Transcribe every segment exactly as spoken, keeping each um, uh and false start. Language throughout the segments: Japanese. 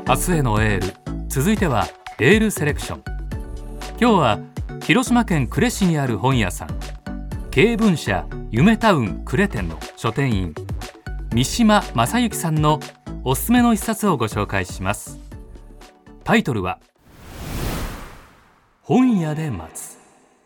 明日へのエール、続いてはエールセレクション。今日は広島県呉市にある本屋さん、経文社夢タウン呉店の書店員三島正幸さんのおすすめの一冊をご紹介します。タイトルは本屋で待つ。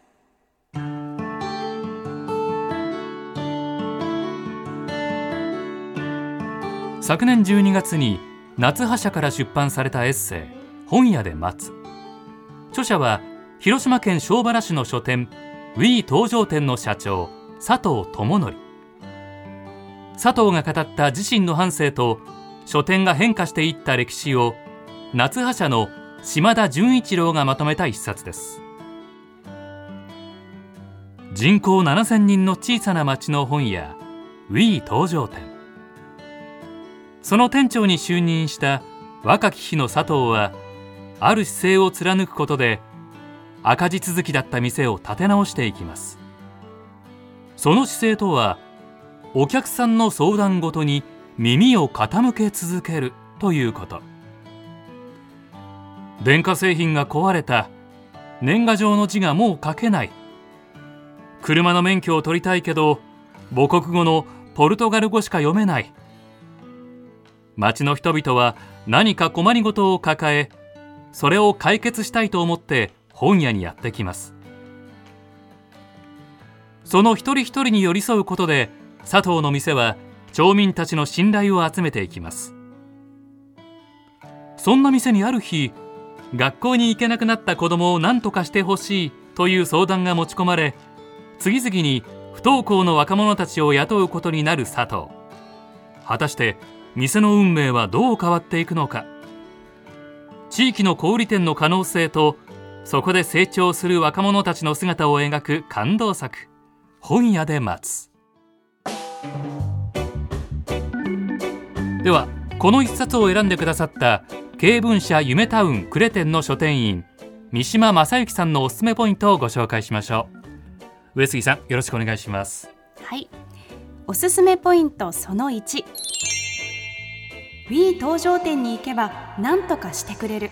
昨年じゅうにがつに夏葉社から出版されたエッセイ本屋で待つ。著者は広島県庄原市の書店ウィー東上店の社長佐藤智則。佐藤が語った自身の半生と書店が変化していった歴史を夏葉社の島田純一郎がまとめた一冊です。人口ななせんにんの小さな町の本屋ウィー東上店。その店長に就任した若き日の佐藤はある姿勢を貫くことで赤字続きだった店を立て直していきます。その姿勢とはお客さんの相談ごとに耳を傾け続けるということ。電化製品が壊れた、年賀状の字がもう書けない、車の免許を取りたいけど母国語のポルトガル語しか読めない。町の人々は何か困りごとを抱え、それを解決したいと思って本屋にやってきます。その一人一人に寄り添うことで佐藤の店は町民たちの信頼を集めていきます。そんな店にある日、学校に行けなくなった子供を何とかしてほしいという相談が持ち込まれ、次々に不登校の若者たちを雇うことになる佐藤。果たして店の運命はどう変わっていくのか。地域の小売店の可能性とそこで成長する若者たちの姿を描く感動作、本屋で待つ。ではこの一冊を選んでくださった経文社夢タウン呉店の書店員三島正幸さんのおすすめポイントをご紹介しましょう。上杉さん、よろしくお願いします。 はい、おすすめポイントそのいち、ウィー東上店に行けば何とかしてくれる。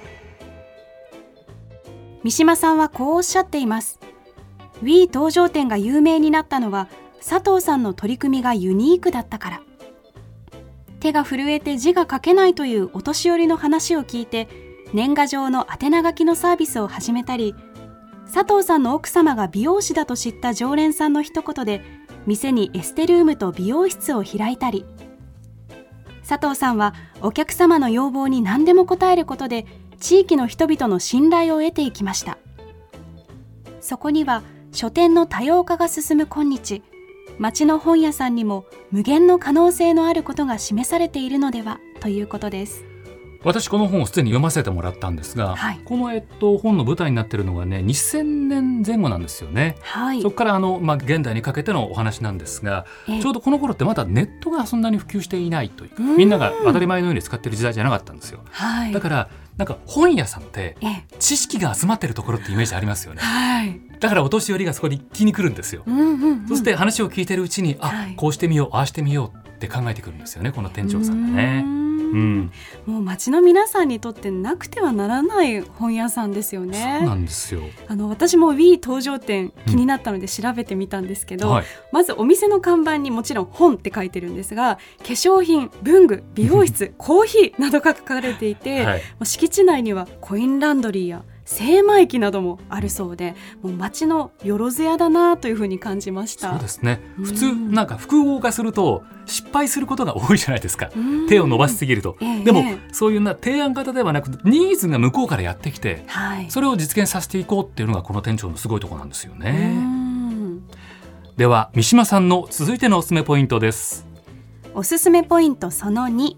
三島さんはこうおっしゃっています。ウィー東上店が有名になったのは佐藤さんの取り組みがユニークだったから。手が震えて字が書けないというお年寄りの話を聞いて年賀状の宛名書きのサービスを始めたり、佐藤さんの奥様が美容師だと知った常連さんの一言で店にエステルームと美容室を開いたり、佐藤さんはお客様の要望に何でも応えることで地域の人々の信頼を得ていきました。そこには書店の多様化が進む今日、町の本屋さんにも無限の可能性のあることが示されているのではということです。 私この本をすでに読ませてもらったんですが、はい、この、えっと、本の舞台になっているのがねにせんねんぜん後なんですよね、はい、そこからあの、まあ、現代にかけてのお話なんですが、えー、ちょうどこの頃ってまだネットがそんなに普及していないというか、みんなが当たり前のように使っている時代じゃなかったんですよ、はい、だからなんか本屋さんって知識が集まっているところってイメージありますよね、はい、だからお年寄りがそこに聞きに来るんですよ、うんうんうん、そして話を聞いているうちに、あ、はい、こうしてみようああしてみようって考えてくるんですよね、この店長さんがね。うん、 もう町の皆さんにとってなくてはならない本屋さんですよね。 そうなんですよ。 あの私も ウィー東上店気になったので調べてみたんですけど、うん、はい、まずお店の看板にもちろん本って書いてるんですが、化粧品、文具、美容室、コーヒーなどが書かれていて、はい、敷地内にはコインランドリーや精米機などもあるそうで、もう町のよろずやだなというふうに感じました。 そうですね、普通なんか複合化すると失敗することが多いじゃないですか、手を伸ばしすぎると、えー、でもそういうな提案型ではなくニーズが向こうからやってきて、はい、それを実現させていこうっていうのがこの店長のすごいところなんですよね。では三島さんの続いてのおすすめポイントです。 おすすめポイントそのに、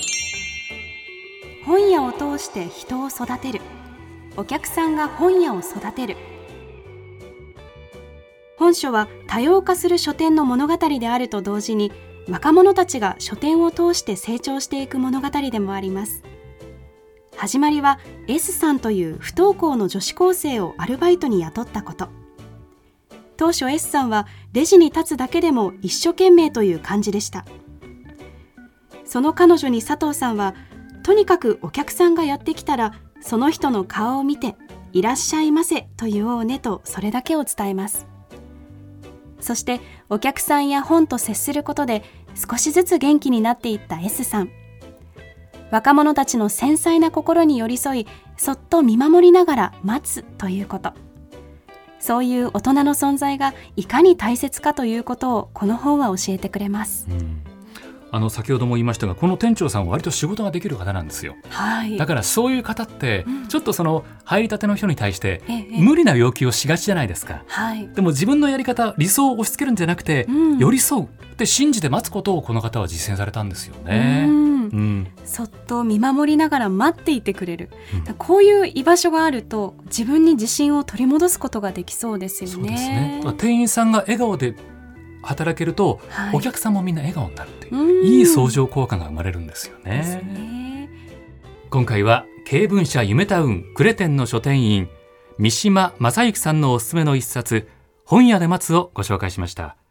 本屋を通して人を育てる。お客さんが本屋を育てる。本書は多様化する書店の物語であると同時に、若者たちが書店を通して成長していく物語でもあります。始まりは S さんという不登校の女子高生をアルバイトに雇ったこと。当初 S さんはレジに立つだけでも一生懸命という感じでした。その彼女に佐藤さんは、 とにかくお客さんがやってきたらその人の顔を見ていらっしゃいませと言おうねと、それだけを伝えます。そしてお客さんや本と接することで少しずつ元気になっていった S さん。若者たちの繊細な心に寄り添い、そっと見守りながら待つということ、そういう大人の存在がいかに大切かということをこの本は教えてくれます。 うん、あの先ほども言いましたが、この店長さんは割と仕事ができる方なんですよ。 はい、 だからそういう方って、うん、ちょっとその入りたての人に対して無理な要求をしがちじゃないですか。 はい、 でも自分のやり方、理想を押し付けるんじゃなくて、うん、寄り添うって信じて待つことをこの方は実践されたんですよね。うんうん、そっと見守りながら待っていてくれる、うん、こういう居場所があると自分に自信を取り戻すことができそうですよね。 そうですね。店員さんが笑顔で働けると、はい、お客さんもみんな笑顔になるっていう、いい相乗効果が生まれるんですよ ね, ですね。今回は経文社夢タウン呉店の書店員三島正幸さんのおすすめの一冊、本屋で待つをご紹介しました。